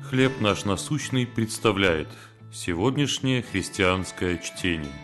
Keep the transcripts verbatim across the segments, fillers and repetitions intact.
«Хлеб наш насущный» представляет сегодняшнее христианское чтение.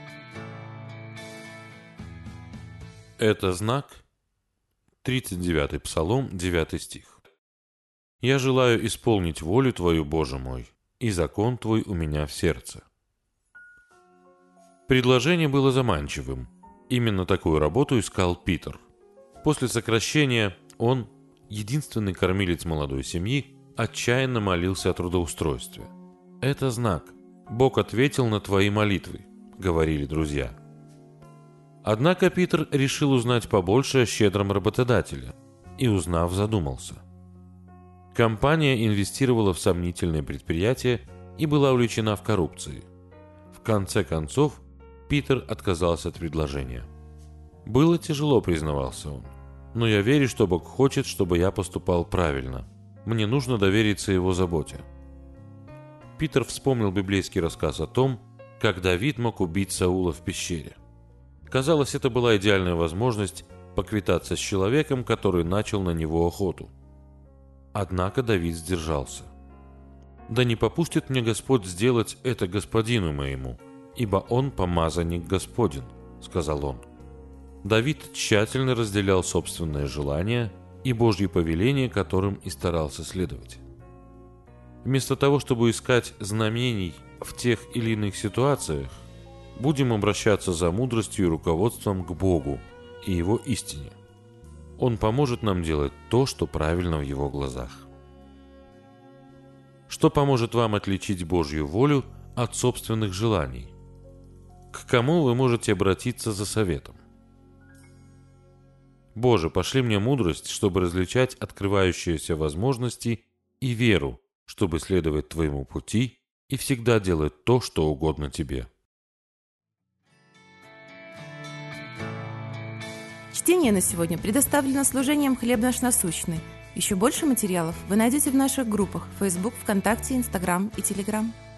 Это знак, тридцать девятый Псалом, девятый стих. «Я желаю исполнить волю Твою, Боже мой, и закон Твой у меня в сердце». Предложение было заманчивым. Именно такую работу искал Питер. После сокращения он, единственный кормилец молодой семьи, отчаянно молился о трудоустройстве. «Это знак. Бог ответил на твои молитвы», — говорили друзья. Однако Питер решил узнать побольше о щедром работодателе и, узнав, задумался. Компания инвестировала в сомнительное предприятие и была увлечена в коррупции. В конце концов, Питер отказался от предложения. «Было тяжело», — признавался он, — «но я верю, что Бог хочет, чтобы я поступал правильно. Мне нужно довериться Его заботе». Питер вспомнил библейский рассказ о том, как Давид мог убить Саула в пещере. Казалось, это была идеальная возможность поквитаться с человеком, который начал на него охоту. Однако Давид сдержался. «Да не попустит мне Господь сделать это господину моему, ибо он помазанник Господень», — сказал он. Давид тщательно разделял собственные желания и Божьи повеления, которым и старался следовать. Вместо того, чтобы искать знамений в тех или иных ситуациях, будем обращаться за мудростью и руководством к Богу и Его истине. Он поможет нам делать то, что правильно в Его глазах. Что поможет вам отличить Божью волю от собственных желаний? К кому вы можете обратиться за советом? «Боже, пошли мне мудрость, чтобы различать открывающиеся возможности, и веру, чтобы следовать Твоему пути и всегда делать то, что угодно Тебе». Чтение на сегодня предоставлено служением «Хлеб наш насущный». Еще больше материалов вы найдете в наших группах Facebook, ВКонтакте, Instagram и Telegram.